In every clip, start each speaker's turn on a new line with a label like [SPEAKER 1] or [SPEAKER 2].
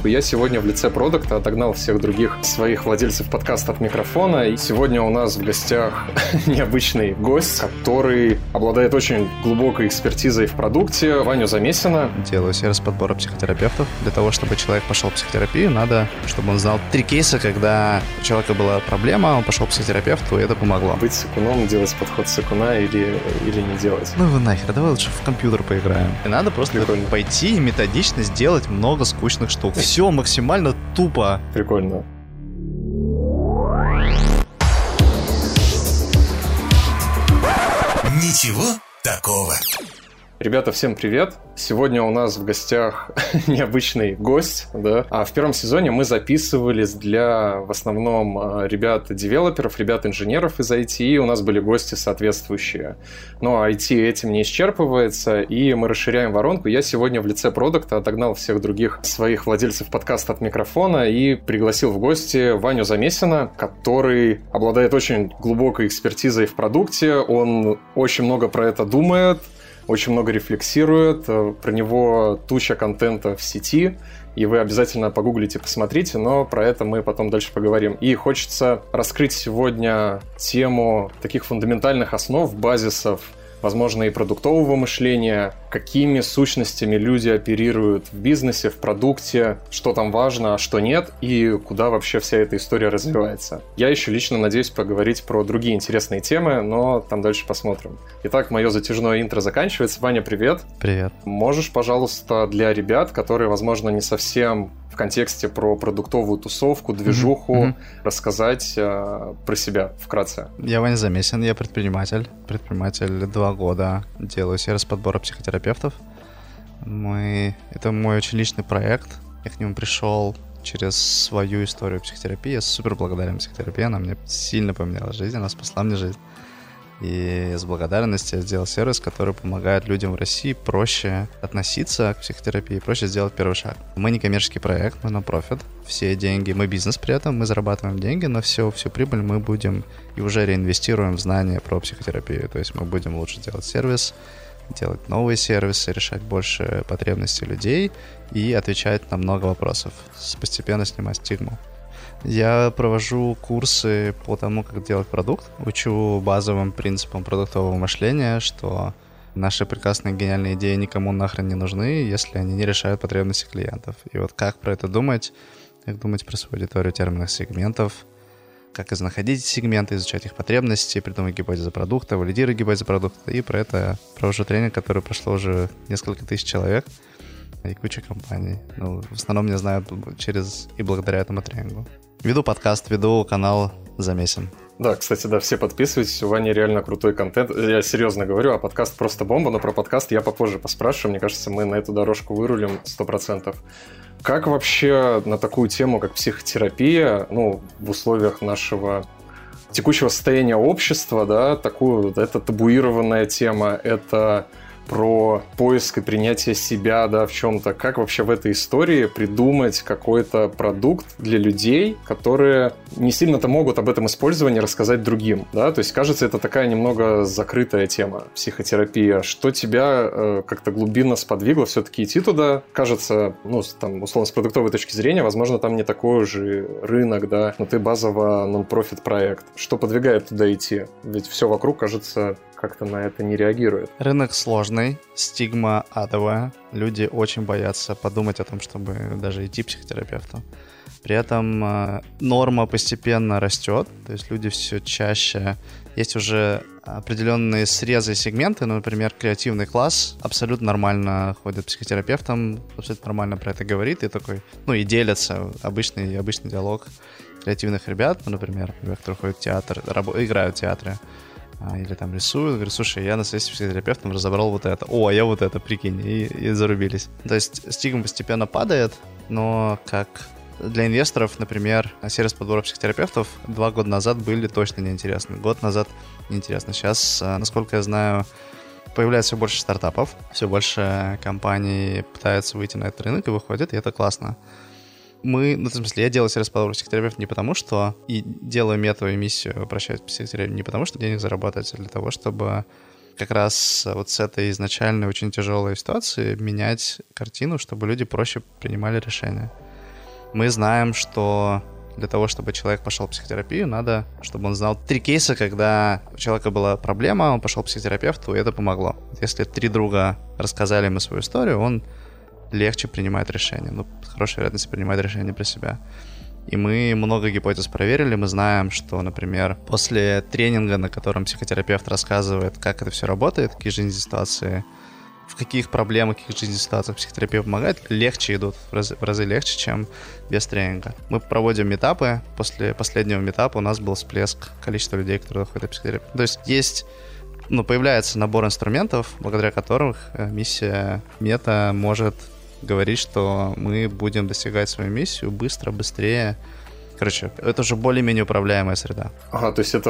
[SPEAKER 1] воронку. Я сегодня в лице продукта отогнал всех других своих владельцев подкаста от микрофона. И сегодня у нас в гостях необычный гость, который обладает очень глубокой экспертизой в продукте. Ваню Замесина.
[SPEAKER 2] Делаю сервис подбора психотерапевтов. Для того, чтобы человек пошел в психотерапию, надо, чтобы он знал 3 кейса, когда у человека была проблема, он пошел к психотерапевту, и это помогло.
[SPEAKER 1] Быть сыкуном, делать подход сыкуна или не делать.
[SPEAKER 2] Ну вы нахер, давай лучше в компьютер поиграем. И надо просто пойти и методично сделать много скучных штук. Все максимально тупо.
[SPEAKER 1] Прикольно.
[SPEAKER 3] Ничего такого.
[SPEAKER 1] Ребята, всем привет! Сегодня у нас в гостях необычный гость, да. А в первом сезоне мы записывались для, в основном, ребят-девелоперов, ребят-инженеров из IT, и у нас были гости соответствующие. Но IT этим не исчерпывается, и мы расширяем воронку. Я сегодня в лице продукта отогнал всех других своих владельцев подкаста от микрофона и пригласил в гости Ваню Замесина, который обладает очень глубокой экспертизой в продукте, он очень много про это думает, очень много рефлексирует, про него туча контента в сети, и вы обязательно погуглите, посмотрите, но про это мы потом дальше поговорим. И хочется раскрыть сегодня тему таких фундаментальных основ, базисов, возможно, и продуктового мышления, какими сущностями люди оперируют в бизнесе, в продукте, что там важно, а что нет, и куда вообще вся эта история развивается. Я еще лично надеюсь поговорить про другие интересные темы, но там дальше посмотрим. Итак, мое затяжное интро заканчивается. Ваня, привет.
[SPEAKER 2] Привет.
[SPEAKER 1] Можешь, пожалуйста, для ребят, которые, возможно, не совсем в контексте про продуктовую тусовку, движуху, рассказать про себя вкратце?
[SPEAKER 2] Я Ваня Замесин, я предприниматель. Предприниматель 2 года. Делаю сервис подбора психотерапевтов. Это мой очень личный проект. Я к нему пришел через свою историю психотерапии. Я супер благодарен психотерапии. Она мне сильно поменяла жизнь, она спасла мне жизнь. И с благодарностью я сделал сервис, который помогает людям в России проще относиться к психотерапии, проще сделать первый шаг. Мы не коммерческий проект, мы non-profit. Все деньги, мы бизнес при этом, мы зарабатываем деньги, но всю прибыль мы будем и уже реинвестируем в знания про психотерапию. То есть мы будем лучше делать сервис, делать новые сервисы, решать больше потребностей людей и отвечать на много вопросов, постепенно снимать стигму. Я провожу курсы по тому, как делать продукт, учу базовым принципам продуктового мышления, что наши прекрасные гениальные идеи никому нахрен не нужны, если они не решают потребности клиентов. И вот как про это думать, как думать про свою аудиторию терминных сегментов, как находить сегменты, изучать их потребности, придумать гипотезы продукта, валидировать гипотезы продукта. И про это провожу тренинг, который прошло уже несколько тысяч человек и куча компаний. Ну, в основном меня знают через и благодаря этому тренингу. Веду подкаст, веду канал Замесин.
[SPEAKER 1] Да, кстати, да, все подписывайтесь, у Вани реально крутой контент. Я серьезно говорю, а подкаст просто бомба, но про подкаст я попозже поспрашиваю. Мне кажется, мы на эту дорожку вырулим 100%. Как вообще на такую тему, как психотерапия, в условиях нашего текущего состояния общества, да, это табуированная тема, это про поиск и принятие себя, да, в чем-то. Как вообще в этой истории придумать какой-то продукт для людей, которые не сильно-то могут об этом использовании рассказать другим, да? То есть, кажется, это такая немного закрытая тема, психотерапия. Что тебя как-то глубинно сподвигло все-таки идти туда? Кажется, условно, с продуктовой точки зрения, возможно, там не такой же рынок, да, но ты базово нон-профит проект. Что подвигает туда идти? Ведь все вокруг, кажется, как-то на это не реагирует.
[SPEAKER 2] Рынок сложный, стигма адовая. Люди очень боятся подумать о том, чтобы даже идти к психотерапевту. При этом норма постепенно растет, то есть люди все чаще... Есть уже определенные срезы и сегменты, например, креативный класс абсолютно нормально ходит к психотерапевтам, абсолютно нормально про это говорит и такой, и делятся. Обычный диалог креативных ребят, например, которые ходят в театр, играют в театре, или там рисуют, говорят, слушай, я на сессии с психотерапевтом разобрал вот это, а я вот это, прикинь, и зарубились. То есть стигма постепенно падает, но как для инвесторов, например, сервис подбора психотерапевтов 2 года назад были точно неинтересны, год назад неинтересно. Сейчас, насколько я знаю, появляется все больше стартапов, все больше компаний пытаются выйти на этот рынок и выходят, и это классно. В смысле, я делаю сервис подбора психотерапевтов не потому, что... И делаю мета и миссию обращать психотерапию не потому, что денег заработать, а для того, чтобы как раз вот с этой изначальной очень тяжелой ситуации менять картину, чтобы люди проще принимали решения. Мы знаем, что для того, чтобы человек пошел в психотерапию, надо, чтобы он знал 3 кейса, когда у человека была проблема, он пошел к психотерапевту, и это помогло. Если 3 друга рассказали ему свою историю, он легче принимает решение. С хорошей вероятностью принимает решение про себя. И мы много гипотез проверили. Мы знаем, что, например, после тренинга, на котором психотерапевт рассказывает, как это все работает, какие жизненные ситуации, в каких проблемах, в каких жизненных ситуациях психотерапевт помогает, легче идут, в разы легче, чем без тренинга. Мы проводим митапы. После последнего митапа у нас был всплеск количества людей, которые доходят до психотерапии. То есть появляется набор инструментов, благодаря которым миссия мета может говорить, что мы будем достигать свою миссию быстро, быстрее. Короче, это уже более-менее управляемая среда.
[SPEAKER 1] Ага, то есть это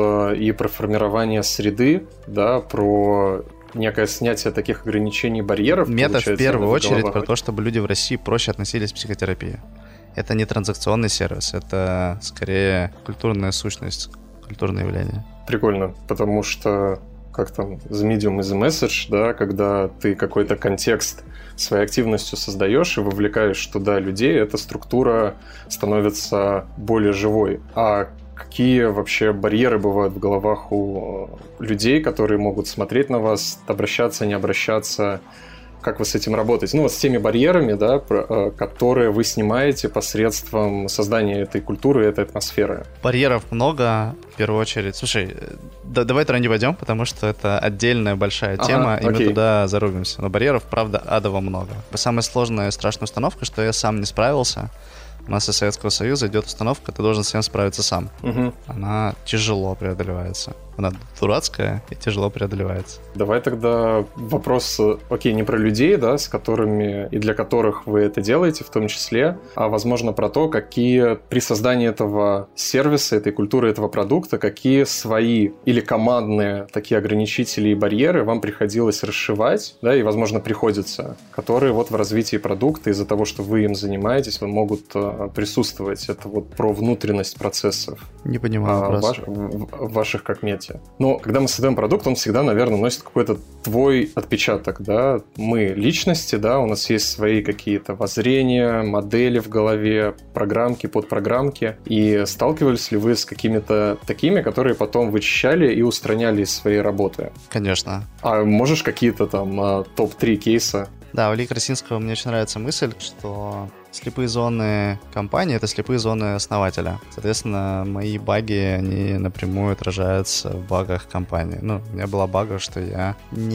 [SPEAKER 1] и про формирование среды, да, про некое снятие таких ограничений, барьеров.
[SPEAKER 2] Мета в первую очередь про то, чтобы люди в России проще относились к психотерапии. Это не транзакционный сервис, это скорее культурная сущность, культурное явление.
[SPEAKER 1] Прикольно, потому что как там, the medium is the message, да, когда ты какой-то контекст своей активностью создаешь и вовлекаешь туда людей, эта структура становится более живой. А какие вообще барьеры бывают в головах у людей, которые могут смотреть на вас, обращаться, не обращаться? Как вы с этим работаете? С теми барьерами, да, которые вы снимаете посредством создания этой культуры, этой атмосферы.
[SPEAKER 2] Барьеров много, в первую очередь. Слушай, давай туда не пойдем, потому что это отдельная большая тема, и мы туда зарубимся. Но барьеров, правда, адово много. Самая сложная и страшная установка, что я сам не справился. У нас из Советского Союза идет установка, ты должен всем справиться сам. Угу. Она тяжело преодолевается. Она дурацкая и тяжело преодолевается.
[SPEAKER 1] Давай тогда вопрос, не про людей, да, с которыми и для которых вы это делаете в том числе, а, возможно, про то, какие при создании этого сервиса, этой культуры, этого продукта, какие свои или командные такие ограничители и барьеры вам приходилось расшивать, да, и, возможно, приходится, которые в развитии продукта из-за того, что вы им занимаетесь, могут присутствовать. Это про внутренность процессов.
[SPEAKER 2] Не понимаю вопрос.
[SPEAKER 1] Ваших как мете. Но когда мы создаем продукт, он всегда, наверное, носит какой-то твой отпечаток, да. Мы личности, да, у нас есть свои какие-то воззрения, модели в голове, программки, подпрограммки. И сталкивались ли вы с какими-то такими, которые потом вычищали и устраняли из своей работы?
[SPEAKER 2] Конечно.
[SPEAKER 1] А можешь какие-то там топ-3 кейса?
[SPEAKER 2] Да, у Ильи Красинского мне очень нравится мысль, что слепые зоны компании — это слепые зоны основателя. Соответственно, мои баги, они напрямую отражаются в багах компании. У меня была бага, что я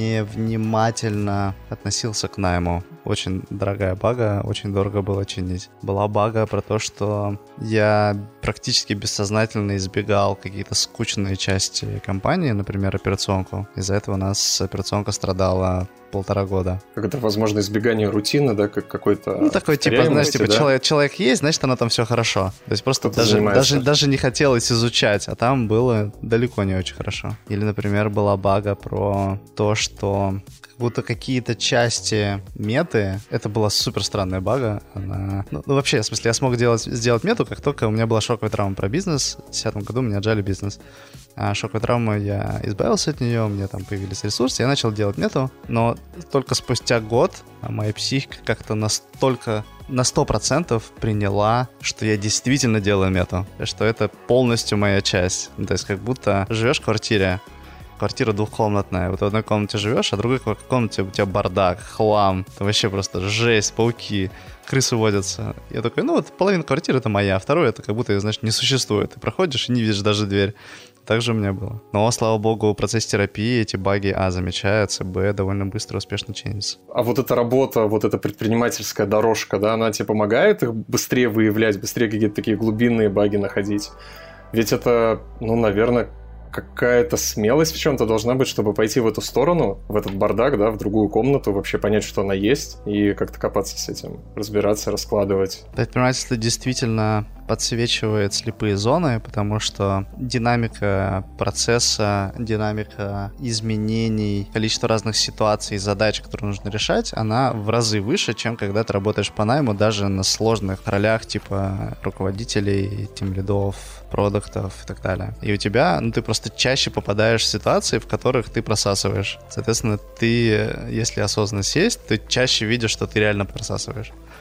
[SPEAKER 2] невнимательно относился к найму. Очень дорогая бага, очень дорого было чинить. Была бага про то, что я практически бессознательно избегал какие-то скучные части компании, например, операционку. Из-за этого у нас операционка страдала 1,5 года.
[SPEAKER 1] Как это, возможно, избегание рутины, да, как какой-то...
[SPEAKER 2] Такой, знаешь, да? человек есть, значит, оно там все хорошо. То есть просто даже не хотелось изучать, а там было далеко не очень хорошо. Или, например, была бага про то, что как будто какие-то части меты, это была супер странная бага, она... вообще, в смысле, я смог сделать мету, как только у меня была шоковая травма про бизнес. В 2010 году мне отжали бизнес. А шоковая травма, я избавился от нее, у меня там появились ресурсы, я начал делать мету, но только спустя год моя психика как-то настолько на 100% приняла, что я действительно делаю мету, что это полностью моя часть. То есть как будто живешь в квартира 2-комнатная, вот в одной комнате живешь, а в другой комнате у тебя бардак, хлам, там вообще просто жесть, пауки, крысы водятся. Я такой, половина квартиры это моя, а вторую это как будто ее, не существует. Ты проходишь и не видишь даже дверь. Так же у меня было. Но, слава богу, в процессе терапии эти баги, замечаются, довольно быстро, успешно чинятся.
[SPEAKER 1] А эта работа, эта предпринимательская дорожка, да, она тебе помогает их быстрее выявлять, быстрее какие-то такие глубинные баги находить? Ведь это, наверное, какая-то смелость в чем-то должна быть, чтобы пойти в эту сторону, в этот бардак, да, в другую комнату, вообще понять, что она есть, и как-то копаться с этим, разбираться, раскладывать.
[SPEAKER 2] Предпринимательство действительно подсвечивает слепые зоны, потому что динамика процесса, динамика изменений, количество разных ситуаций и задач, которые нужно решать, она в разы выше, чем когда ты работаешь по найму даже на сложных ролях типа руководителей, тимлидов, продуктов и так далее. И у тебя, ты просто чаще попадаешь в ситуации, в которых ты просасываешь. Соответственно, ты, если осознанно сесть, ты чаще видишь, что ты реально просасываешь.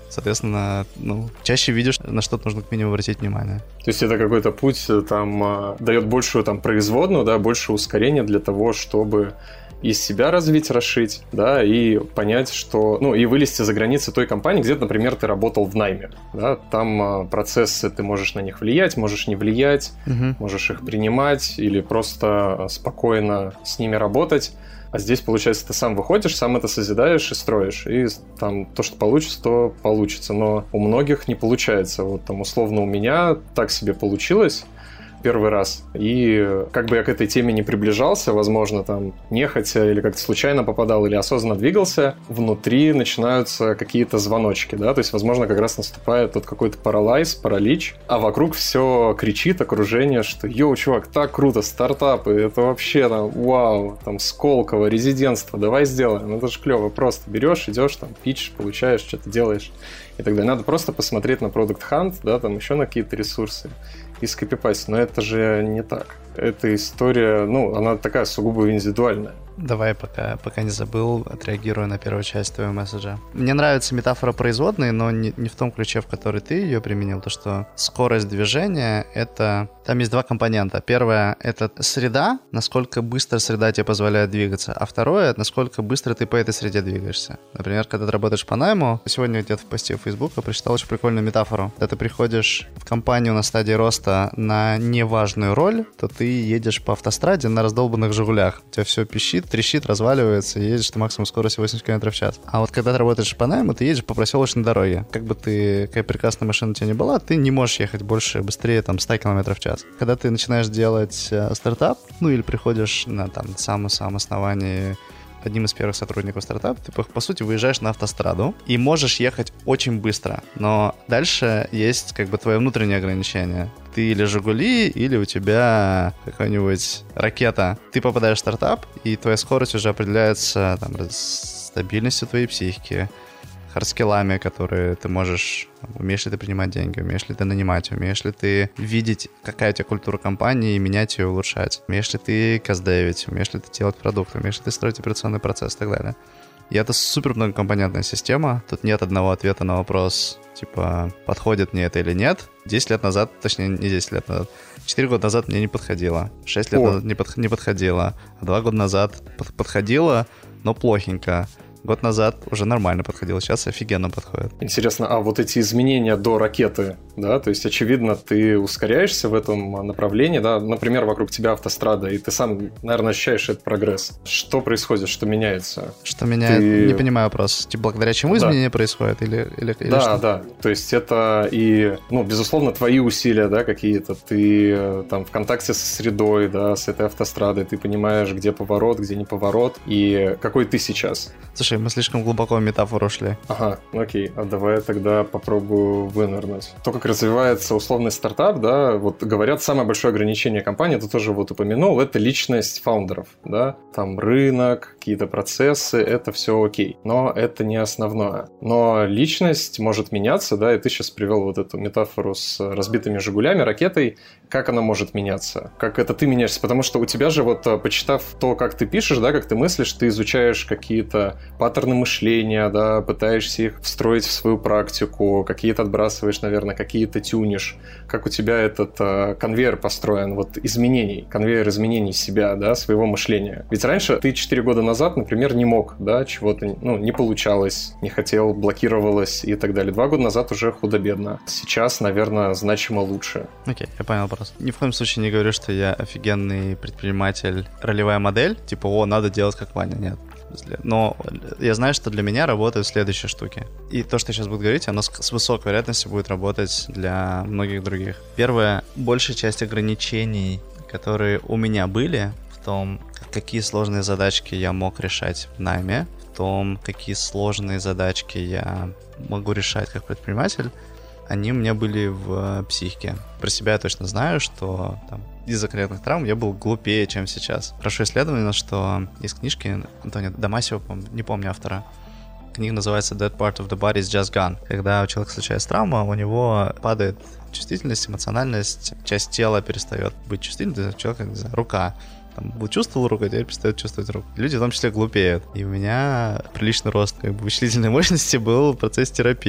[SPEAKER 2] Соответственно, чаще видишь, на что нужно как минимум обратить внимание.
[SPEAKER 1] То есть это какой-то путь там дает большую там производную, да, больше ускорения для того, чтобы из себя развить, расшить, да, и понять, что, и вылезти за границы той компании, где, например, ты работал в найме, да, там процессы, ты можешь на них влиять, можешь не влиять, можешь их принимать или просто спокойно с ними работать. А здесь, получается, ты сам выходишь, сам это созидаешь и строишь. И там то, что получится, то получится. Но у многих не получается. Вот там условно у меня так себе получилось первый раз. И как бы я к этой теме не приближался, возможно, там нехотя или как-то случайно попадал или осознанно двигался, внутри начинаются какие-то звоночки, да, то есть, возможно, как раз наступает тот какой-то паралич, а вокруг все кричит окружение, что йоу, чувак, так круто, стартапы, это вообще там, вау, там Сколково, резидентство, давай сделаем, это же клево, просто берешь, идешь, там, питчишь, получаешь, что-то делаешь и так далее. Надо просто посмотреть на Product Hunt, да, там еще на какие-то ресурсы и скопипастить, но это же не так. Эта история, она такая сугубо индивидуальная.
[SPEAKER 2] Давай, пока не забыл, отреагирую на первую часть твоего месседжа. Мне нравится метафора производной, но не в том ключе, в который ты ее применил, то что скорость движения — это... Там есть два компонента. Первое — это среда, насколько быстро среда тебе позволяет двигаться, а второе — насколько быстро ты по этой среде двигаешься. Например, когда ты работаешь по найму, сегодня где-то в посте в Facebook я прочитал очень прикольную метафору. Когда ты приходишь в компанию на стадии роста на неважную роль, то ты едешь по автостраде на раздолбанных «Жигулях». У тебя все пищит, трещит, разваливается, и едешь ты максимум скоростью 80 км в час. А вот когда ты работаешь по найму, ты едешь по проселочной дороге. Какая прекрасная машина у тебя не была, ты не можешь ехать быстрее 100 км в час. Когда ты начинаешь делать стартап, или приходишь на самом основании одним из первых сотрудников стартапа, ты, по сути, выезжаешь на автостраду и можешь ехать очень быстро. Но дальше есть твое внутреннее ограничение. Ты или «Жигули», или у тебя какая-нибудь ракета. Ты попадаешь в стартап, и твоя скорость уже определяется стабильностью твоей психики, хардскиллами, которые ты можешь... Умеешь ли ты принимать деньги, умеешь ли ты нанимать, умеешь ли ты видеть, какая у тебя культура компании, и менять ее, улучшать. Умеешь ли ты каздевить, умеешь ли ты делать продукт, умеешь ли ты строить операционный процесс и так далее. И это супер многокомпонентная система. Тут нет одного ответа на вопрос, подходит мне это или нет. 10 лет назад, точнее, не 10 лет назад, 4 года назад мне не подходило, 6 лет назад не подходило, а 2 года назад подходило, но плохенько. Год назад уже нормально подходил, сейчас офигенно подходит.
[SPEAKER 1] Интересно, а вот эти изменения до ракеты, да, то есть, очевидно, ты ускоряешься в этом направлении, да, например, вокруг тебя автострада, и ты сам, наверное, ощущаешь этот прогресс. Что происходит, что меняется?
[SPEAKER 2] Что меняет? Не понимаю вопрос. Благодаря чему изменения происходят? Или
[SPEAKER 1] да,
[SPEAKER 2] что?
[SPEAKER 1] Да, то есть это и, безусловно, твои усилия, да, какие-то, ты там в контакте со средой, да, с этой автострадой, ты понимаешь, где поворот, где не поворот, и какой ты сейчас.
[SPEAKER 2] Слушай, мы слишком глубоко в метафору шли.
[SPEAKER 1] Ага, окей, а давай я тогда попробую вынырнуть. То, как развивается условный стартап, да, вот говорят, самое большое ограничение компании, ты тоже вот упомянул, это личность фаундеров, да, там рынок, какие-то процессы, это все окей, но это не основное. Но личность может меняться, да, и ты сейчас привел вот эту метафору с разбитыми «Жигулями», ракетой, как она может меняться, как это ты меняешься, потому что у тебя же вот, почитав то, как ты пишешь, да, как ты мыслишь, ты изучаешь какие-то паттерны мышления, да, пытаешься их встроить в свою практику, какие-то отбрасываешь, наверное, какие-то тюнишь, как у тебя этот конвейер построен, вот изменений, конвейер изменений себя, да, своего мышления. Ведь раньше ты 4 года назад, например, не мог, да, чего-то, не получалось, не хотел, блокировалось и так далее. 2 года назад уже худо-бедно. Сейчас, наверное, значимо лучше.
[SPEAKER 2] Окей, я понял вопрос. Ни в коем случае не говорю, что я офигенный предприниматель, ролевая модель, надо делать как Ваня, нет. Но я знаю, что для меня работают следующие штуки. И то, что я сейчас буду говорить, оно с высокой вероятностью будет работать для многих других. Первое, большая часть ограничений, которые у меня были, в том, какие сложные задачки я мог решать в найме, в том, какие сложные задачки я могу решать как предприниматель, они у меня были в психике. Про себя я точно знаю, что из-за конкретных травм я был глупее, чем сейчас. Хорошо исследовано, что из книжки Антонио Дамасио, не помню автора, книга называется «That part of the body is just gone». Когда у человека случается травма, у него падает чувствительность, эмоциональность, часть тела перестает быть чувствительной, у человека, не знаю, рука. Чувствовал руку, а теперь перестает чувствовать руку. Люди в том числе глупеют. И у меня приличный рост вычислительной мощности был в процессе терапии. То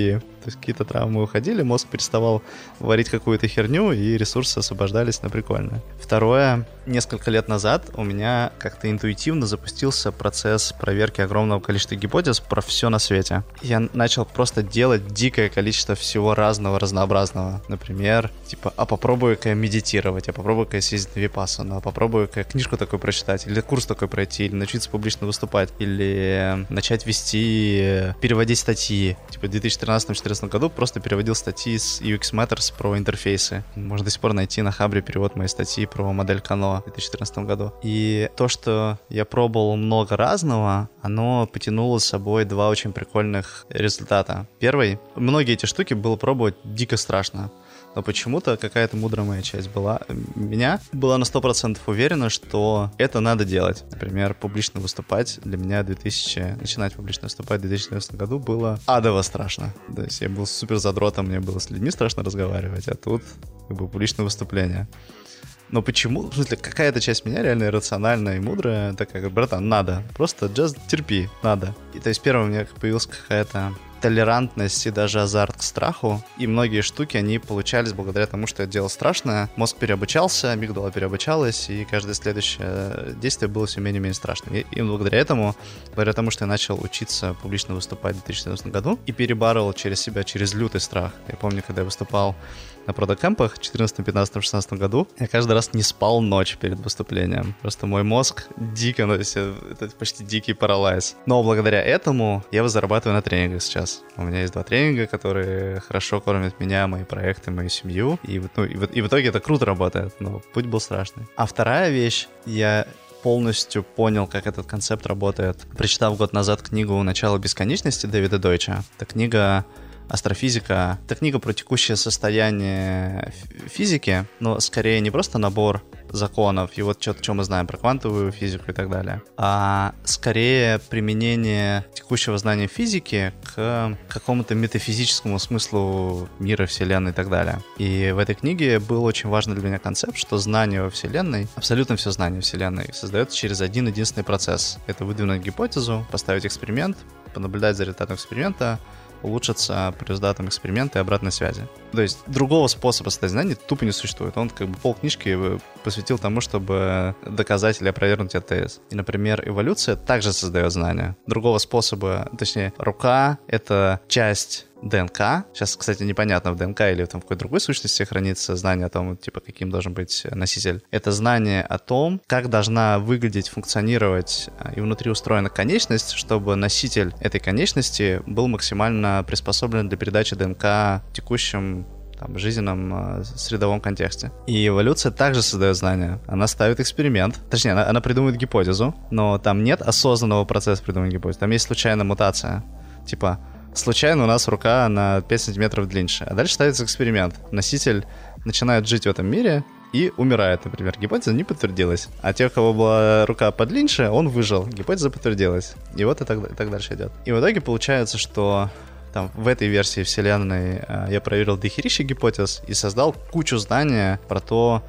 [SPEAKER 2] То есть какие-то травмы уходили, мозг переставал варить какую-то херню, и ресурсы освобождались на прикольное. Второе, несколько лет назад у меня как-то интуитивно запустился процесс проверки огромного количества гипотез про все на свете. Я начал просто делать дикое количество всего разного, разнообразного. Например, типа, попробую-ка медитировать, попробую-ка съездить на випассану, попробую-ка книжку такой прочитать, или курс такой пройти, или научиться публично выступать, или начать вести, переводить статьи. Типа в 2013-2014 году просто переводил статьи с UX Matters про интерфейсы. Можно до сих пор найти на Хабре перевод моей статьи про модель Кано в 2014 году. И то, что я пробовал много разного, оно потянуло с собой два очень прикольных результата. Первый, многие эти штуки было пробовать дико страшно. Но почему-то какая-то мудрая моя часть меня была на 100% уверена, что это надо делать. Например, публично выступать для меня начинать публично выступать в 2019 году было адово страшно. То есть я был супер задротом, мне было с людьми страшно разговаривать, а тут как бы публичное выступление. Но почему? В смысле, какая-то часть меня реально иррациональная и мудрая, такая, как, братан, надо. Просто just терпи, надо. И то есть первым у меня появилась какая-то толерантность и даже азарт к страху. И многие штуки, они получались благодаря тому, что я делал страшное. Мозг переобучался, амигдала переобучалась, и каждое следующее действие было все менее и менее страшным. И благодаря тому, что я начал учиться публично выступать в 2014 году и перебарывал через себя, через лютый страх. Я помню, когда я выступал на продакэмпах в 2014, 2015, 2016 году, я каждый раз не спал ночь перед выступлением. Просто мой мозг дико, это почти дикий паралайз. Но благодаря этому я зарабатываю на тренингах сейчас. У меня есть 2 тренинга, которые хорошо кормят меня, мои проекты, мою семью. И в итоге это круто работает, но путь был страшный. А вторая вещь, я полностью понял, как этот концепт работает, прочитав год назад книгу «Начало бесконечности» Дэвида Дойча. Это книга астрофизика. Это книга про текущее состояние физики, но скорее не просто набор законов и вот что мы знаем про квантовую физику и так далее, а скорее применение текущего знания физики к какому-то метафизическому смыслу мира, Вселенной и так далее. И в этой книге был очень важный для меня концепт, что знание во Вселенной, абсолютно все знание Вселенной, создается через один единственный процесс. Это выдвинуть гипотезу, поставить эксперимент, понаблюдать за результатом эксперимента, улучшится по результатам эксперимента и обратной связи. То есть другого способа создать знания тупо не существует. Он как бы полкнижки посвятил тому, чтобы доказать или опровергнуть этот тезис. И, например, эволюция также создает знания. Другого способа, точнее, рука — это часть ДНК. Сейчас, кстати, непонятно, в ДНК или там в какой-то другой сущности хранится знание о том, типа, каким должен быть носитель. Это знание о том, как должна выглядеть, функционировать и внутри устроена конечность, чтобы носитель этой конечности был максимально приспособлен для передачи ДНК в текущем жизненном средовом контексте. И эволюция также создает знания. Она ставит эксперимент. Точнее, она придумывает гипотезу, но там нет осознанного процесса придумывания гипотезы. Там есть случайная мутация. Типа, случайно у нас рука на 5 сантиметров длиннее. А дальше ставится эксперимент. Носитель начинает жить в этом мире и умирает, например. Гипотеза не подтвердилась. А те, у кого была рука подлиннее, он выжил. Гипотеза подтвердилась. И вот и так дальше идет. И в итоге получается, что в этой версии вселенной я проверил дохерища гипотез и создал кучу знания про то,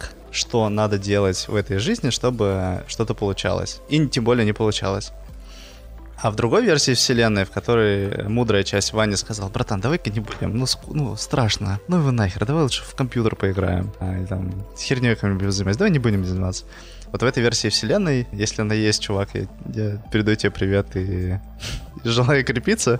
[SPEAKER 2] что надо делать в этой жизни, чтобы что-то получалось. И тем более не получалось. А в другой версии вселенной, в которой мудрая часть Вани сказала: братан, давай-ка не будем, страшно, его нахер, давай лучше в компьютер поиграем, с херней какой-нибудь заниматься, давай не будем заниматься. Вот в этой версии вселенной, если она есть, чувак, я передаю тебе привет и желаю крепиться,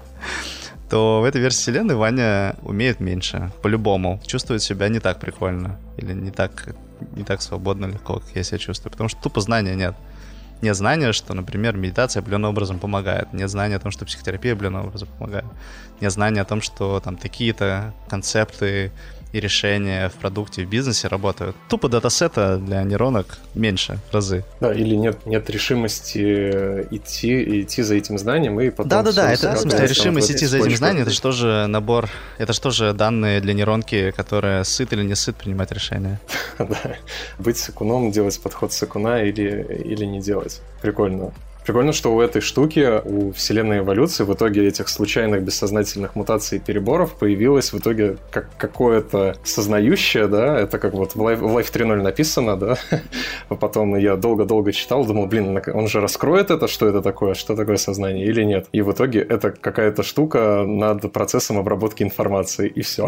[SPEAKER 2] то в этой версии вселенной Ваня умеет меньше, по-любому, чувствует себя не так прикольно или не так свободно, легко, как я себя чувствую, потому что тупо знания нет. Нет знания, что, например, медитация определенным образом помогает. Нет знания о том, что психотерапия определенным образом помогает. Нет знания о том, что там такие-то концепты и решения в продукте, в бизнесе работают. Тупо датасета для нейронок меньше в разы.
[SPEAKER 1] Да, или нет решимости идти за этим знанием и потом...
[SPEAKER 2] Да, это в смысле решимость идти за этим знанием, это же тоже набор, это же тоже данные для нейронки, которая сыт или не сыт принимать решения.
[SPEAKER 1] Да, быть сыкуном, делать подход сыкуна или не делать. Прикольно. Прикольно, что у этой штуки, у вселенной эволюции в итоге этих случайных бессознательных мутаций и переборов появилось в итоге как какое-то сознающее, да, это как вот в Life 3.0 написано, да, а потом я долго-долго читал, думал, блин, он же раскроет это, что это такое, что такое сознание или нет. И в итоге это какая-то штука над процессом обработки информации, и все.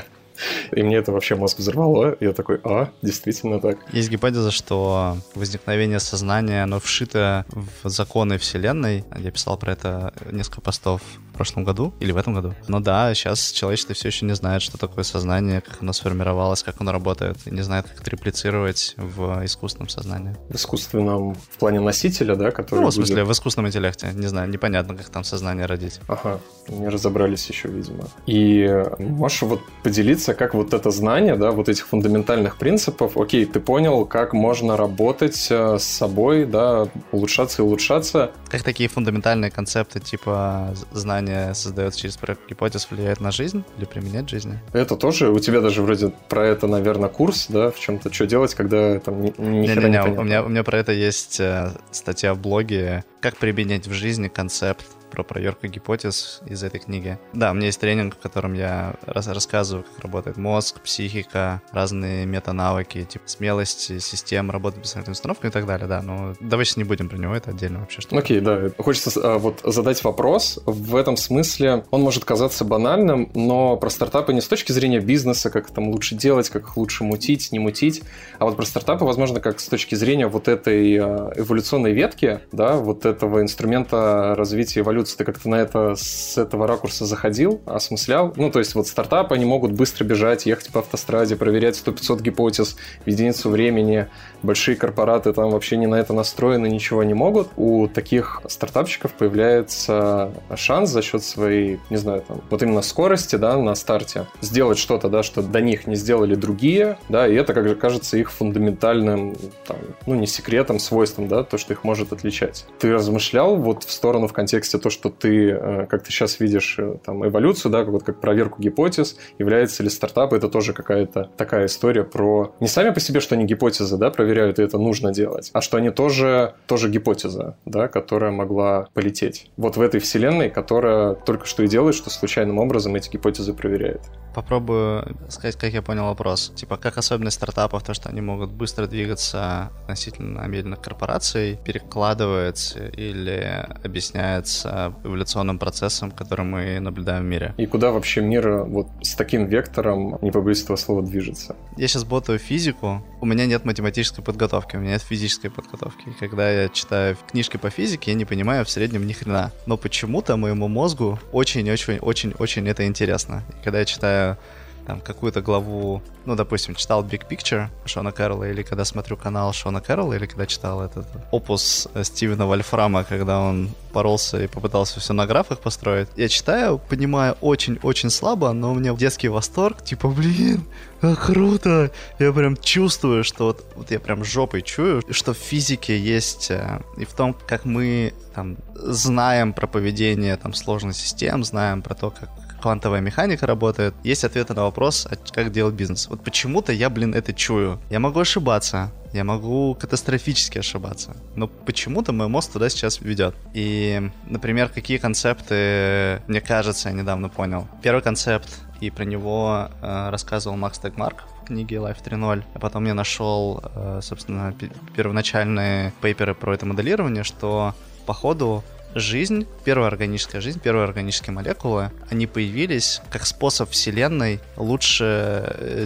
[SPEAKER 1] И мне это вообще мозг взорвало. Я такой, действительно так.
[SPEAKER 2] Есть гипотеза, что возникновение сознания, оно вшито в законы Вселенной. Я писал про это несколько постов в прошлом году или в этом году. Но да, сейчас человечество все еще не знает, что такое сознание, как оно сформировалось, как оно работает, и не знает, как это реплицировать в искусственном сознании.
[SPEAKER 1] В искусственном, в плане носителя, да, который
[SPEAKER 2] в смысле, в искусственном интеллекте. Не знаю, непонятно, как там сознание родить.
[SPEAKER 1] Ага, не разобрались еще, видимо. И можешь вот поделиться, как вот это знание, да, вот этих фундаментальных принципов, окей, ты понял, как можно работать с собой, да, улучшаться и улучшаться.
[SPEAKER 2] Как такие фундаментальные концепты, типа знание создается через проект гипотез, влияет на жизнь или применять в жизни?
[SPEAKER 1] Это тоже, у тебя даже вроде про это, наверное, курс, да, в чем-то, что делать, когда там ни хера не понятно.
[SPEAKER 2] У меня про это есть статья в блоге, как применять в жизни концепт про проверку гипотез из этой книги. Да, у меня есть тренинг, в котором я рассказываю, как работает мозг, психика, разные метанавыки, типа смелость систем, работы с бессознательной установкой и так далее, да. Но давай сейчас не будем про него, это отдельно вообще что-то.
[SPEAKER 1] Окей, да. Хочется вот задать вопрос. В этом смысле он может казаться банальным, но про стартапы не с точки зрения бизнеса, как там лучше делать, как их лучше мутить, не мутить, а вот про стартапы, возможно, как с точки зрения вот этой эволюционной ветки, да, вот этого инструмента развития эволюции. Ты как-то на это с этого ракурса заходил, осмыслял? Ну, то есть вот стартапы, они могут быстро бежать, ехать по автостраде, проверять 100-500 гипотез в единицу времени. Большие корпораты там вообще не на это настроены, ничего не могут. У таких стартапчиков появляется шанс за счет своей, не знаю, там, вот именно скорости, да, на старте, сделать что-то, да, что до них не сделали другие, да, и это, как же кажется, их фундаментальным, там, ну, не секретом, свойством, да, то, что их может отличать. Ты размышлял вот в сторону, в контексте то, что ты, как ты сейчас видишь, там, эволюцию, да, вот как проверку гипотез, является ли стартап, это тоже какая-то такая история про не сами по себе, что они гипотезы, да, проверяют, и это нужно делать, а что они тоже гипотеза, да, которая могла полететь. Вот в этой вселенной, которая только что и делает, что случайным образом эти гипотезы проверяет.
[SPEAKER 2] Попробую сказать, как я понял вопрос. Типа, как особенность стартапов, то, что они могут быстро двигаться относительно медленных корпораций, перекладывается или объясняется эволюционным процессом, который мы наблюдаем в мире.
[SPEAKER 1] И куда вообще мир вот с таким вектором, не побоюсь этого слова, движется?
[SPEAKER 2] Я сейчас ботаю физику, у меня нет математической подготовки, у меня нет физической подготовки. И когда я читаю книжки по физике, я не понимаю в среднем ни хрена. Но почему-то моему мозгу очень-очень-очень это интересно. И когда я читаю там какую-то главу, ну, допустим, читал Big Picture Шона Кэрролла, или когда смотрю канал Шона Кэрролла, или когда читал этот опус Стивена Вольфрама, когда он поролся и попытался все на графах построить. Я читаю, понимаю очень-очень слабо, но у меня детский восторг, типа, блин, как круто! Я прям чувствую, что вот я прям жопой чую, что в физике есть, и в том, как мы там знаем про поведение там сложных систем, знаем про то, как квантовая механика работает, есть ответы на вопрос, как делать бизнес. Вот почему-то я, это чую. Я могу ошибаться, я могу катастрофически ошибаться, но почему-то мой мозг туда сейчас ведет. И, например, какие концепты, мне кажется, я недавно понял. Первый концепт, и про него рассказывал Макс Тегмарк в книге Life 3.0. А потом я нашел, собственно, первоначальные пейперы про это моделирование, что по ходу первая органическая жизнь, первые органические молекулы, они появились как способ Вселенной лучше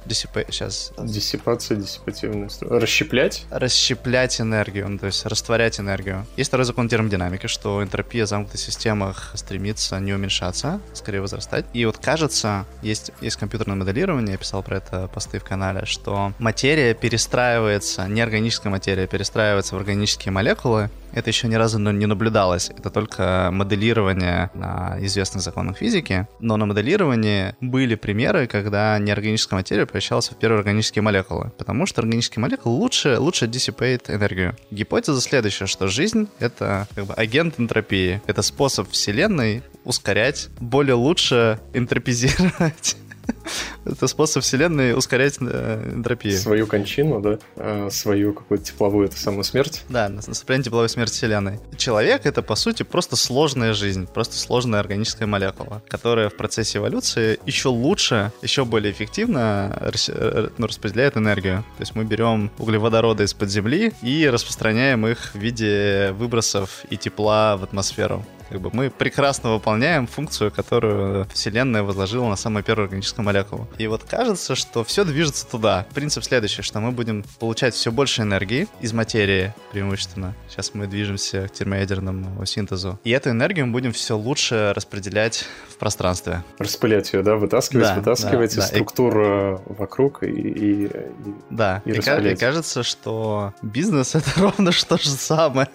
[SPEAKER 1] диссипация, диссипативная расщеплять
[SPEAKER 2] энергию, ну, то есть растворять энергию. Есть второй закон термодинамики, что энтропия в замкнутых системах стремится не уменьшаться, скорее возрастать. И вот кажется, есть компьютерное моделирование, я писал про это посты в канале, что материя перестраивается, неорганическая материя перестраивается в органические молекулы. Это еще ни разу не наблюдалось. Это только моделирование на известных законах физики. Но на моделировании были примеры, когда неорганическая материя превращалась в первые органические молекулы. Потому что органические молекулы лучше диссипеют энергию. Гипотеза следующая, что жизнь — это как бы агент энтропии. Это способ Вселенной ускорять, более лучше энтропизировать Это способ вселенной ускорять энтропию.
[SPEAKER 1] Свою кончину, да? Свою какую-то тепловую, эту самую смерть.
[SPEAKER 2] Да, наступление тепловой смерти вселенной. Человек — это, по сути, просто сложная жизнь, просто сложная органическая молекула, которая в процессе эволюции еще лучше, еще более эффективно распределяет энергию. То есть мы берем углеводороды из-под земли и распространяем их в виде выбросов и тепла в атмосферу. Как бы мы прекрасно выполняем функцию, которую Вселенная возложила на самую первую органическую молекулу. И вот кажется, что все движется туда. Принцип следующий, что мы будем получать все больше энергии из материи преимущественно. Сейчас мы движемся к термоядерному синтезу. И эту энергию мы будем все лучше распределять в пространстве.
[SPEAKER 1] Распылять ее, да? Вытаскивать из структур вокруг и распылять.
[SPEAKER 2] И кажется, что бизнес — это ровно то же самое.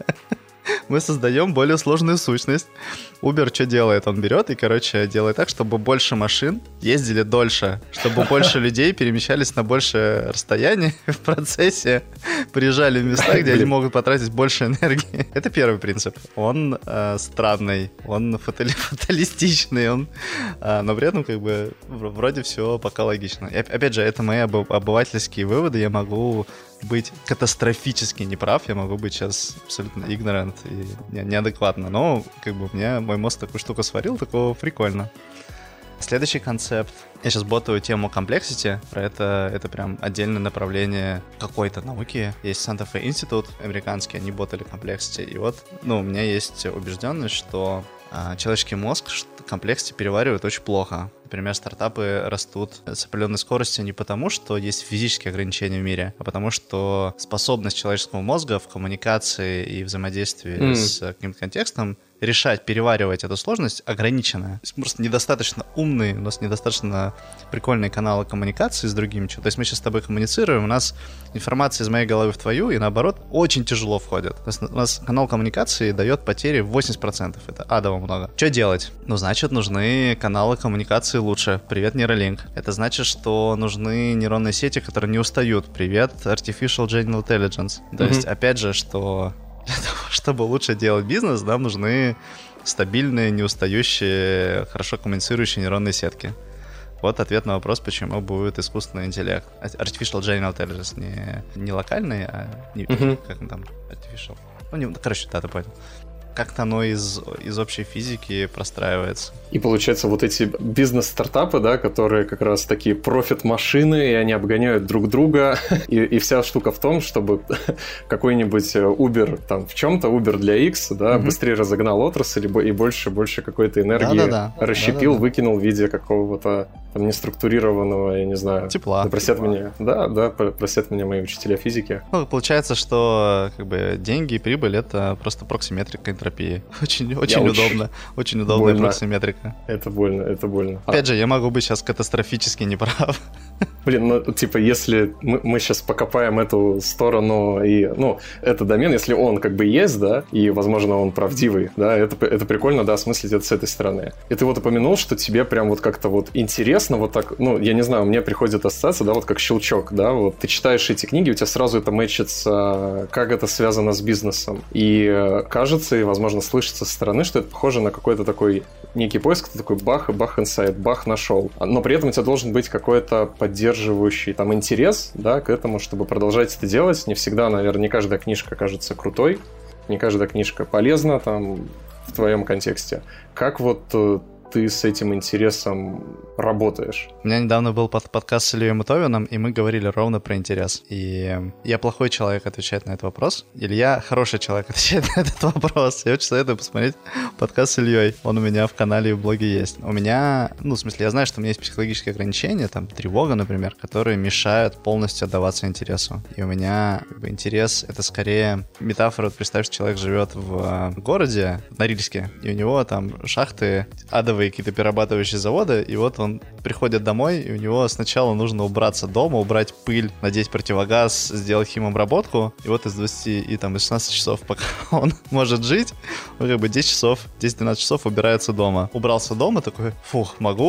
[SPEAKER 2] Мы создаем более сложную сущность. Uber что делает? Он берет и, делает так, чтобы больше машин ездили дольше, чтобы больше людей перемещались на большее расстояние в процессе, приезжали в места, где они могут потратить больше энергии. Это первый принцип. Он странный, он фаталистичный, но при этом вроде все пока логично. И, опять же, это мои обывательские выводы. Я могу быть катастрофически неправ, я могу быть сейчас абсолютно ignorant и неадекватно, но мой мозг такую штуку сварил, такого прикольно. Следующий концепт. Я сейчас ботаю тему complexity. Про это прям отдельное направление какой-то науки. Есть Santa Fe Institute американский, они ботали complexity. И вот, у меня есть убежденность, что человеческий мозг complexity переваривает очень плохо. Например, стартапы растут с определенной скоростью не потому, что есть физические ограничения в мире, а потому что способность человеческого мозга в коммуникации и взаимодействии с каким-то контекстом решать, переваривать эту сложность ограниченная. То есть мы просто недостаточно умные, у нас недостаточно прикольные каналы коммуникации с другими. То есть мы сейчас с тобой коммуницируем, у нас информация из моей головы в твою, и наоборот, очень тяжело входит. То есть у нас канал коммуникации дает потери в 80%. Это адово много. Что делать? Значит, нужны каналы коммуникации лучше. Привет, нейролинк. Это значит, что нужны нейронные сети, которые не устают. Привет, Artificial General Intelligence. То есть, опять же, что для того, чтобы лучше делать бизнес, нам нужны стабильные, неустающие, хорошо коммуницирующие нейронные сетки. Вот ответ на вопрос, почему будет искусственный интеллект. Artificial General Intelligence не локальный, а как он там, Artificial. Да, ты понял. Как-то оно из общей физики простраивается.
[SPEAKER 1] И получается, вот эти бизнес-стартапы, да, которые как раз такие профит-машины, и они обгоняют друг друга, и вся штука в том, чтобы какой-нибудь Uber там в чем-то, Uber для X, да, быстрее разогнал отрасль и больше какой-то энергии расщепил, выкинул в виде какого-то там неструктурированного, я не знаю...
[SPEAKER 2] Тепла.
[SPEAKER 1] Простят меня мои учителя физики.
[SPEAKER 2] Получается, что деньги и прибыль — это просто проксиметрика энтропии. Очень удобно. Очень удобная проксиметрика.
[SPEAKER 1] Это больно.
[SPEAKER 2] Опять же, я могу быть сейчас катастрофически неправ.
[SPEAKER 1] Если мы сейчас покопаем эту сторону, и, это домен, если он есть, да, и, возможно, он правдивый, да, это прикольно, да, осмыслить это с этой стороны. И ты упомянул, что тебе прям как-то интересно, так, я не знаю, мне приходит ассоциация, да, как щелчок, да, ты читаешь эти книги, у тебя сразу это мэчится, как это связано с бизнесом. И кажется, и, возможно, слышится со стороны, что это похоже на какой-то такой некий поиск, ты такой бах инсайт, бах нашел. Но при этом у тебя должен быть какой-то поддерживающий там интерес, да, к этому, чтобы продолжать это делать. Не всегда, наверное, не каждая книжка кажется крутой, не каждая книжка полезна там в твоем контексте. Как ты с этим интересом работаешь?
[SPEAKER 2] У меня недавно был подкаст с Ильей Мутовиным, и мы говорили ровно про интерес. И я плохой человек отвечать на этот вопрос. Илья хороший человек отвечает на этот вопрос. Я очень советую посмотреть подкаст с Ильей. Он у меня в канале и в блоге есть. У меня, я знаю, что у меня есть психологические ограничения, там, тревога, например, которые мешают полностью отдаваться интересу. И у меня интерес — это скорее метафора. Представь, что человек живет в городе, в Норильске, и у него там шахты адовые, какие-то перерабатывающие заводы, и он приходит домой, и у него сначала нужно убраться дома, убрать пыль, надеть противогаз, сделать химобработку, и из 20 и из 16 часов, пока он может жить, 10-12 часов убирается дома. Убрался дома, такой, могу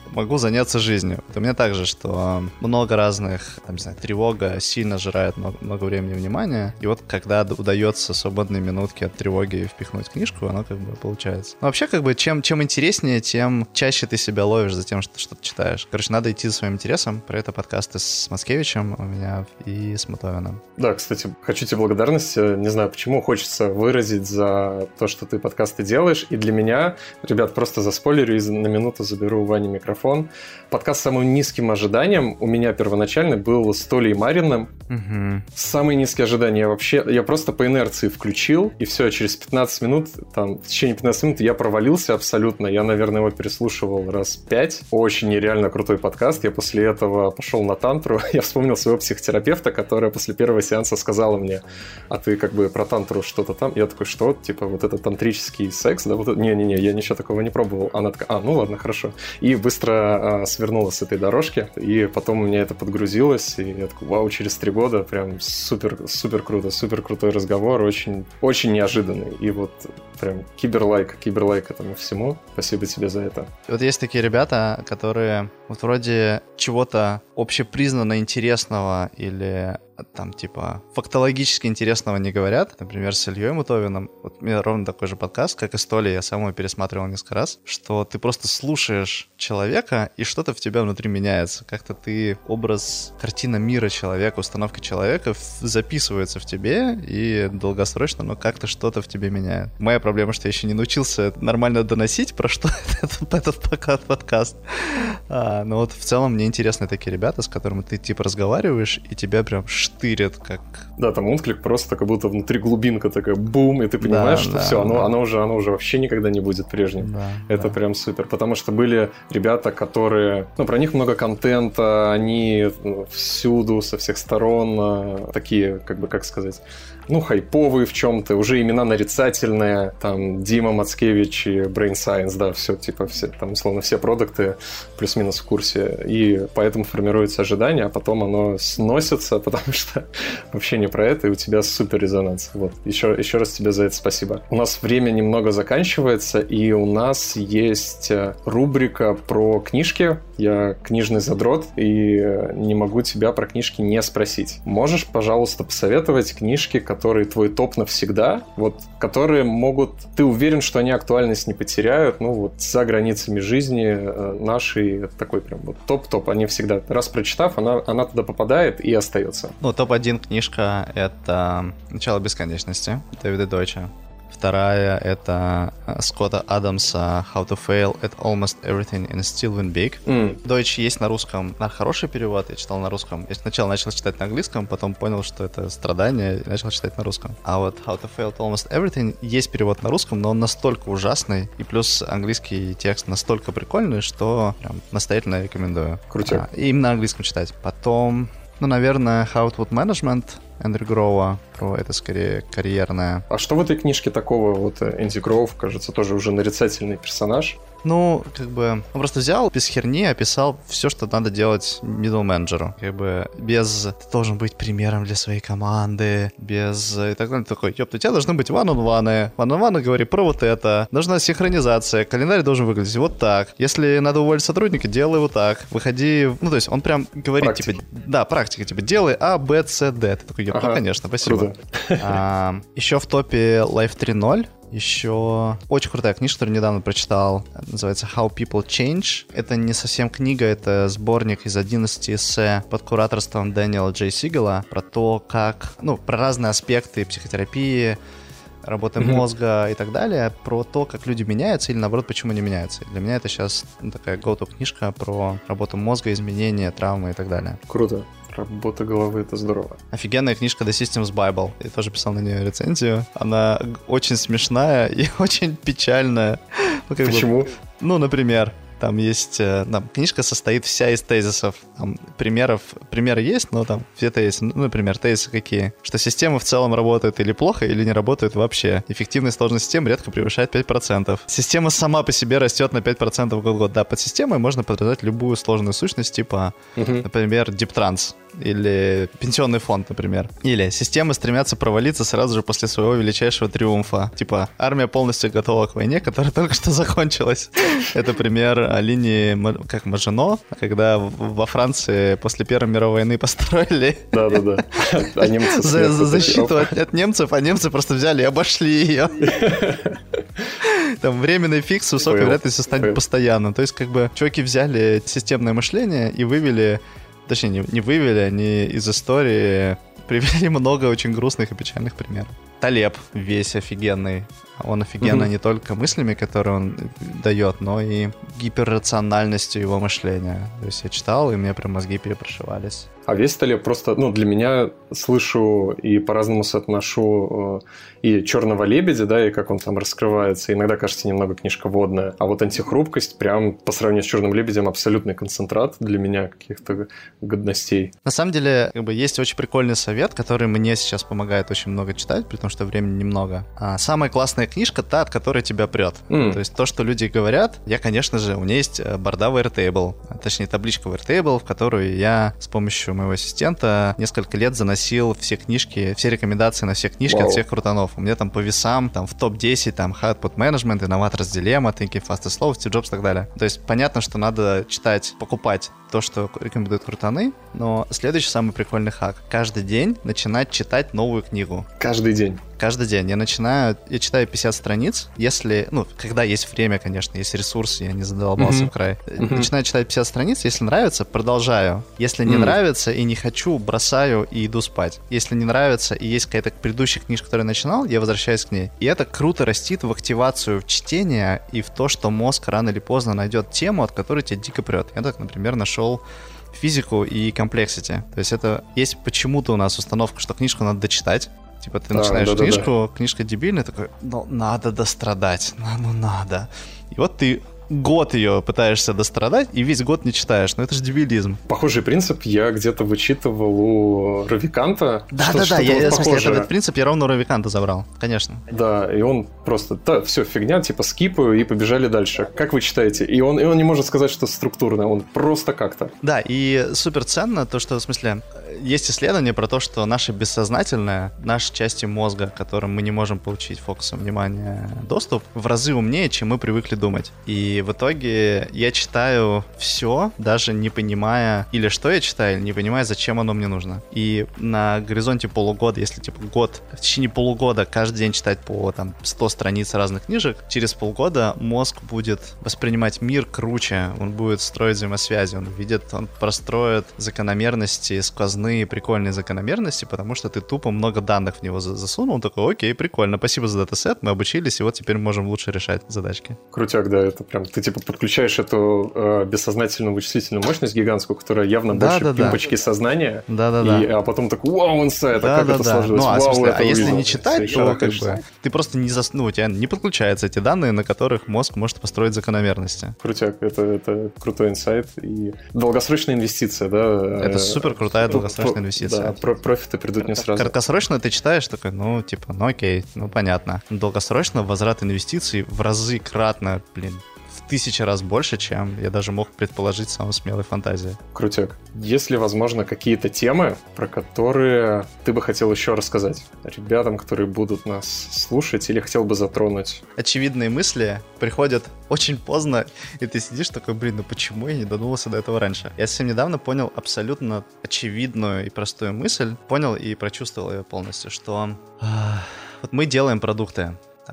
[SPEAKER 2] могу заняться жизнью. У меня также, что много разных, там, не знаю, тревога сильно жирает много времени и внимания, и вот когда удается свободные минутки от тревоги впихнуть в книжку, оно как бы получается. Но вообще, как бы, чем интереснее, тем чаще ты себя ловишь за тем, что ты что-то читаешь. Короче, надо идти за своим интересом. Про это подкасты с Маскевичем у меня и с Мотовиным.
[SPEAKER 1] Да, кстати, хочу тебе благодарность. Не знаю, почему хочется выразить за то, что ты подкасты делаешь. И для меня, ребят, просто заспойлерю и на минуту заберу у Вани микрофон. Подкаст с самым низким ожиданием у меня первоначально был с Толей Мариным.
[SPEAKER 2] Угу.
[SPEAKER 1] Самые низкие ожидания я просто по инерции включил, и все, через 15 минут, там, в течение 15 минут я провалился абсолютно. Я, наверное, его переслушивал раз 5. Очень нереально крутой подкаст. Я после этого пошел на тантру. Я вспомнил своего психотерапевта, которая после первого сеанса сказала мне: а ты как бы про тантру что-то там? Я такой: что? Типа вот это тантрический секс? Да, вот это... Не-не-не, я ничего такого не пробовал. Она такая: ну ладно, хорошо. И быстро свернула с этой дорожки, и потом у меня это подгрузилось, и я такой: вау, через 3 года прям супер круто, супер крутой разговор, очень, очень неожиданный. И вот прям киберлайк этому всему. Спасибо тебе за это.
[SPEAKER 2] Вот есть такие ребята, которые вот вроде чего-то общепризнанно интересного или там типа фактологически интересного не говорят. Например, с Ильей Мутовиным. Вот у меня ровно такой же подкаст, как и с Толей, я сам его пересматривал несколько раз, что ты просто слушаешь человека, и что-то в тебя внутри меняется. Как-то ты образ, картина мира человека, установка человека записывается в тебе, и долгосрочно, но как-то что-то в тебе меняет. Моя проблема, что я еще не научился нормально доносить, про что этот подкаст. Но вот в целом мне интересны такие ребята, с которыми ты типа разговариваешь, и тебя прям штырят, как...
[SPEAKER 1] Да, там отклик просто как будто внутри глубинка такая бум, и ты понимаешь, что все, оно уже вообще никогда не будет прежним. Это прям супер. Потому что были ребята, которые... Ну, про них много контента, они всюду, со всех сторон, такие, как бы, как сказать... Ну, хайповые в чем-то, уже имена нарицательные, там, Дима Мацкевич и Brain Science, да, все, типа, все, там, условно, все продукты плюс-минус в курсе, и поэтому формируется ожидание, а потом оно сносится, потому что вообще не про это, и у тебя супер резонанс. Вот, еще раз тебе за это спасибо. У нас время немного заканчивается, и у нас есть рубрика про книжки. Я книжный задрот, и не могу тебя про книжки не спросить. Можешь, пожалуйста, посоветовать книжки, которые твой топ навсегда, вот, которые могут... Ты уверен, что они актуальность не потеряют, ну, вот, за границами жизни нашей, это такой прям вот топ-топ, они всегда, раз прочитав, она туда попадает и остается.
[SPEAKER 2] Ну, топ-1 книжка — это «Начало бесконечности» Дэвида Дойча. Вторая — это Скотта Адамса «How to Fail at Almost Everything and Still Win Big». Дойч есть на русском, хороший перевод, я читал на русском. Я сначала начал читать на английском, потом понял, что это страдание, и начал читать на русском. А вот «How to Fail at Almost Everything» есть перевод на русском, но он настолько ужасный, и плюс английский текст настолько прикольный, что прям настоятельно рекомендую.
[SPEAKER 1] Крутяк.
[SPEAKER 2] И именно на английском читать. Потом, наверное, «How to Put Management» Эндрю Гроува, это скорее карьерная.
[SPEAKER 1] А что в этой книжке такого? Вот Энди Гроув, кажется, тоже уже нарицательный персонаж.
[SPEAKER 2] Ну, как бы, он просто взял, без херни описал все, что надо делать middle менеджеру. Как бы, без... Ты должен быть примером для своей команды, без... И так далее. Такой, ёпта, у тебя должны быть one-on-one. One-on-one, говори про вот это. Должна синхронизация. Календарь должен выглядеть вот так. Если надо уволить сотрудника, делай вот так. Выходи... Ну, то есть, он прям говорит, практика. Типа... Да, практика. Типа, делай А, Б, С, Д. Ты такой, ёпта, конечно, спасибо. Еще в топе Life 3.0. Еще очень крутая книжка, которую недавно прочитал, называется How People Change. Это не совсем книга, это сборник из 11 эссе под кураторством Дэниела Джей Сигела про то, как, про разные аспекты психотерапии, работы мозга и так далее, про то, как люди меняются или, наоборот, почему не меняются. И для меня это сейчас такая go-to книжка про работу мозга, изменения, травмы и так далее.
[SPEAKER 1] Круто. Работа головы — это здорово.
[SPEAKER 2] Офигенная книжка The Systems Bible. Я тоже писал на нее рецензию. Она очень смешная и очень печальная.
[SPEAKER 1] Почему?
[SPEAKER 2] Например, там есть... книжка состоит вся из тезисов. Там примеры есть, но там где-то есть, например, тезисы какие. Что система в целом работает или плохо, или не работает вообще. Эффективность сложной системы редко превышает 5%. Система сама по себе растет на 5% год-год. Да, под системой можно подразумевать любую сложную сущность, типа, например, DeepTrans. Или пенсионный фонд, например. Или системы стремятся провалиться сразу же после своего величайшего триумфа. Типа, армия полностью готова к войне, которая только что закончилась. Это пример о линии, как Мажино, когда во Франции после Первой мировой войны построили защиту от немцев, а немцы просто взяли и обошли ее. Там временный фикс с высокой вероятностью станет постоянным. То есть как бы чуваки взяли системное мышление и вывели, точнее не вывели, они из истории привели много очень грустных и печальных примеров. Талеб весь офигенный. Он офигенный не только мыслями, которые он дает, но и гиперрациональностью его мышления. То есть я читал, и мне прям мозги перепрошивались.
[SPEAKER 1] А весь Талеб просто, для меня слышу и по-разному соотношу и «Черного лебедя», да, и как он там раскрывается. Иногда кажется немного книжка водная. А вот «Антихрупкость» прям по сравнению с «Черным лебедем» абсолютный концентрат для меня каких-то годностей.
[SPEAKER 2] На самом деле, есть очень прикольный совет, который мне сейчас помогает очень много читать, при том, что времени немного. Самая классная книжка та, от которой тебя прет. То есть то, что люди говорят, я, конечно же, у меня есть борда в Airtable, точнее табличка в Airtable, в которую я с помощью моего ассистента несколько лет заносил все книжки, все рекомендации на все книжки от всех крутанов. У меня там по весам, там в топ-10, там Output Management, Innovator's Dilemma, Thinking Fast and Slow, Steve Jobs и так далее. То есть понятно, что надо читать, покупать то, что рекомендуют крутаны, но следующий самый прикольный хак. Каждый день начинать читать новую книгу.
[SPEAKER 1] Каждый день?
[SPEAKER 2] Каждый день. Я читаю 50 страниц, если, когда есть время, конечно, есть ресурсы, я не задолбался в край. Начинаю читать 50 страниц, если нравится, продолжаю. Если не нравится и не хочу, бросаю и иду спать. Если не нравится и есть какая-то предыдущая книжка, которую я начинал, я возвращаюсь к ней. И это круто растит в активацию в чтение и в то, что мозг рано или поздно найдет тему, от которой тебя дико прет. Я так, например, нашел физику и комплексити. То есть это есть почему-то у нас установка, что книжку надо дочитать. Типа ты начинаешь книжку, книжка дебильная, такой, надо дострадать, надо. И вот ты год ее пытаешься дострадать и весь год не читаешь. Это же дебилизм.
[SPEAKER 1] Похожий принцип я где-то вычитывал у Равиканта.
[SPEAKER 2] Да, в смысле, этот принцип я ровно у Равиканта забрал, конечно.
[SPEAKER 1] Да, и он просто, все, фигня, скипаю и побежали дальше. Как вы читаете? И он не может сказать, что структурно, он просто как-то.
[SPEAKER 2] Да, и супер ценно то, что, в смысле, есть исследование про то, что наше бессознательное, наши части мозга, к которым мы не можем получить фокусом внимания доступ, в разы умнее, чем мы привыкли думать. И в итоге я читаю все, даже не понимая, или что я читаю, или не понимая, зачем оно мне нужно. И на горизонте полугода, если в течение полугода каждый день читать по 100 страниц разных книжек, через полгода мозг будет воспринимать мир круче, он будет строить взаимосвязи, он простроит закономерности, сквозные прикольные закономерности, потому что ты тупо много данных в него засунул, он такой, окей, прикольно, спасибо за датасет, мы обучились, и вот теперь можем лучше решать задачки.
[SPEAKER 1] Крутяк, да, это прям, ты подключаешь эту бессознательную вычислительную мощность гигантскую, которая явно больше пимпочки сознания, а потом такой, вау, инсайт, а как это сложилось,
[SPEAKER 2] а если не читать, то ты просто не у тебя не подключаются эти данные, на которых мозг может построить закономерности.
[SPEAKER 1] Крутяк, это крутой инсайт и долгосрочная инвестиция, да?
[SPEAKER 2] Это супер крутая долгосрочная инвестиция.
[SPEAKER 1] Да, профиты придут не сразу.
[SPEAKER 2] Краткосрочно ты читаешь, такой, окей, понятно. Долгосрочно возврат инвестиций в разы кратно, в 1000 раз больше, чем я даже мог предположить самой смелой фантазией.
[SPEAKER 1] Крутяк. Есть ли, возможно, какие-то темы, про которые ты бы хотел еще рассказать ребятам, которые будут нас слушать, или хотел бы затронуть?
[SPEAKER 2] Очевидные мысли приходят очень поздно, и ты сидишь такой, почему я не додумался до этого раньше? Я совсем недавно понял абсолютно очевидную и простую мысль, понял и прочувствовал ее полностью, что вот мы делаем продукты,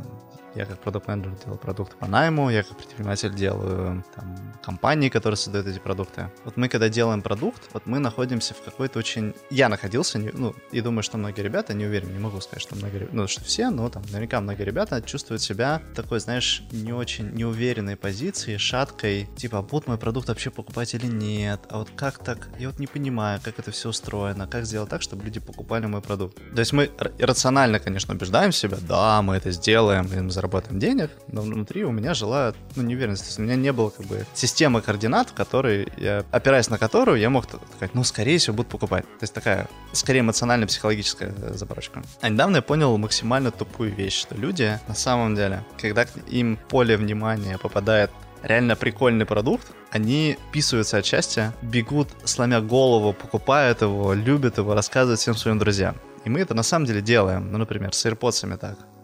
[SPEAKER 2] я как продакт-менеджер делаю продукты по найму, я как предприниматель делаю компании, которые создают эти продукты. Вот мы когда делаем продукт, мы находимся в какой-то очень... Я находился, и думаю, что многие ребята, не уверен, не могу сказать, что многие, что все, но наверняка многие ребята чувствуют себя в такой, не очень неуверенной позиции, шаткой, будут мой продукт вообще покупать или нет, а вот как так, я не понимаю, как это все устроено, как сделать так, чтобы люди покупали мой продукт. То есть мы рационально, конечно, убеждаем себя, да, мы это сделаем, и мы заработаем денег, но внутри у меня жила неуверенность. То есть у меня не было системы координат, опираясь на которую я мог сказать, скорее всего, будут покупать. То есть такая, скорее, эмоционально-психологическая заморочка. А недавно я понял максимально тупую вещь, что люди, на самом деле, когда им в поле внимания попадает реально прикольный продукт, они писаются от счастья, бегут, сломя голову, покупают его, любят его, рассказывают всем своим друзьям. И мы это на самом деле делаем. Например, с AirPods'ами так.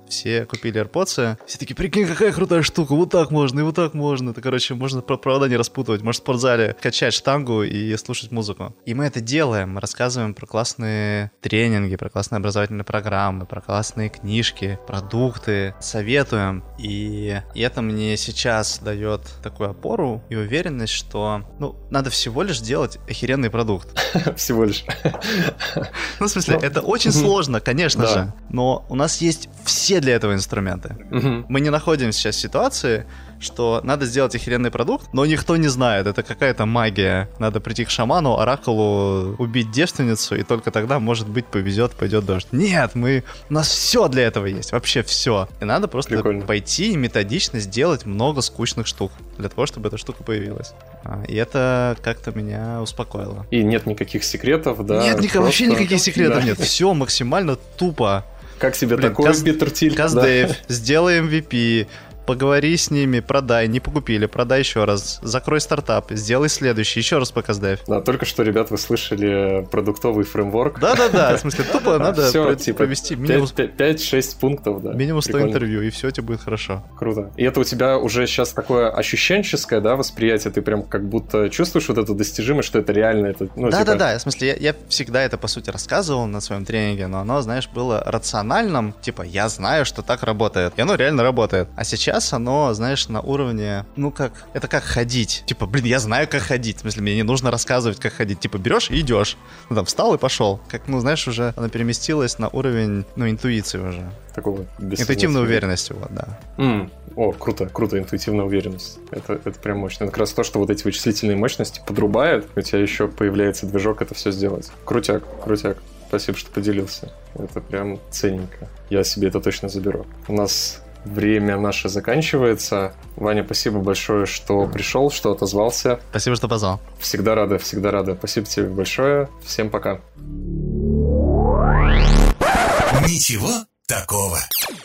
[SPEAKER 2] все купили AirPods, все такие, прикинь, какая крутая штука, вот так можно, и вот так можно. Это, короче, можно провода не распутывать, можно в спортзале качать штангу и слушать музыку. И мы это делаем, мы рассказываем про классные тренинги, про классные образовательные программы, про классные книжки, продукты, советуем. И это мне сейчас дает такую опору и уверенность, что, надо всего лишь делать охеренный продукт.
[SPEAKER 1] Всего лишь.
[SPEAKER 2] Ну, в смысле, это очень сложно, конечно же, но у нас есть все для этого инструменты. Мы не находимся сейчас в ситуации, что надо сделать охеренный продукт, но никто не знает, это какая-то магия. Надо прийти к шаману, оракулу, убить девственницу, и только тогда, может быть, повезет, пойдет дождь. Нет, у нас все для этого есть, вообще все. И надо просто пойти и методично сделать много скучных штук для того, чтобы эта штука появилась. И это как-то меня успокоило.
[SPEAKER 1] И нет никаких секретов, да?
[SPEAKER 2] Нет, вообще никаких секретов нет. Все максимально тупо.
[SPEAKER 1] Как себе такое, Питер Тиль?
[SPEAKER 2] Каздев, сделай MVP, поговори с ними, продай, не покупили, продай еще раз, закрой стартап, сделай следующий, еще раз по Каздев.
[SPEAKER 1] Да, только что, ребят, вы слышали продуктовый фреймворк.
[SPEAKER 2] Да, в смысле, тупо надо провести минимум
[SPEAKER 1] 5-6 пунктов, да.
[SPEAKER 2] Минимум 100 интервью, и все у тебя будет хорошо.
[SPEAKER 1] Круто. И это у тебя уже сейчас такое ощущенческое, да, восприятие, ты прям как будто чувствуешь вот эту достижимость, что это реально, это,
[SPEAKER 2] Да, в смысле, я всегда это, по сути, рассказывал на своем тренинге, но оно, знаешь, было рациональным, типа, я знаю, что так работает, и оно реально работает. А сейчас оно, знаешь, на уровне, это как ходить. Типа, я знаю, как ходить. В смысле, мне не нужно рассказывать, как ходить. Типа, берешь и идешь. Встал и пошел. Как, знаешь, уже оно переместилось на уровень, интуиции уже.
[SPEAKER 1] Такого
[SPEAKER 2] интуитивной уверенности, да.
[SPEAKER 1] О, круто, интуитивная уверенность. Это прям мощно. Это как раз то, что вот эти вычислительные мощности подрубают, у тебя еще появляется движок это все сделать. Крутяк. Спасибо, что поделился. Это прям ценненько. Я себе это точно заберу. У нас время наше заканчивается. Ваня, спасибо большое, что пришел, что отозвался.
[SPEAKER 2] Спасибо, что позвал.
[SPEAKER 1] Всегда рада. Спасибо тебе большое. Всем пока.
[SPEAKER 3] Ничего такого.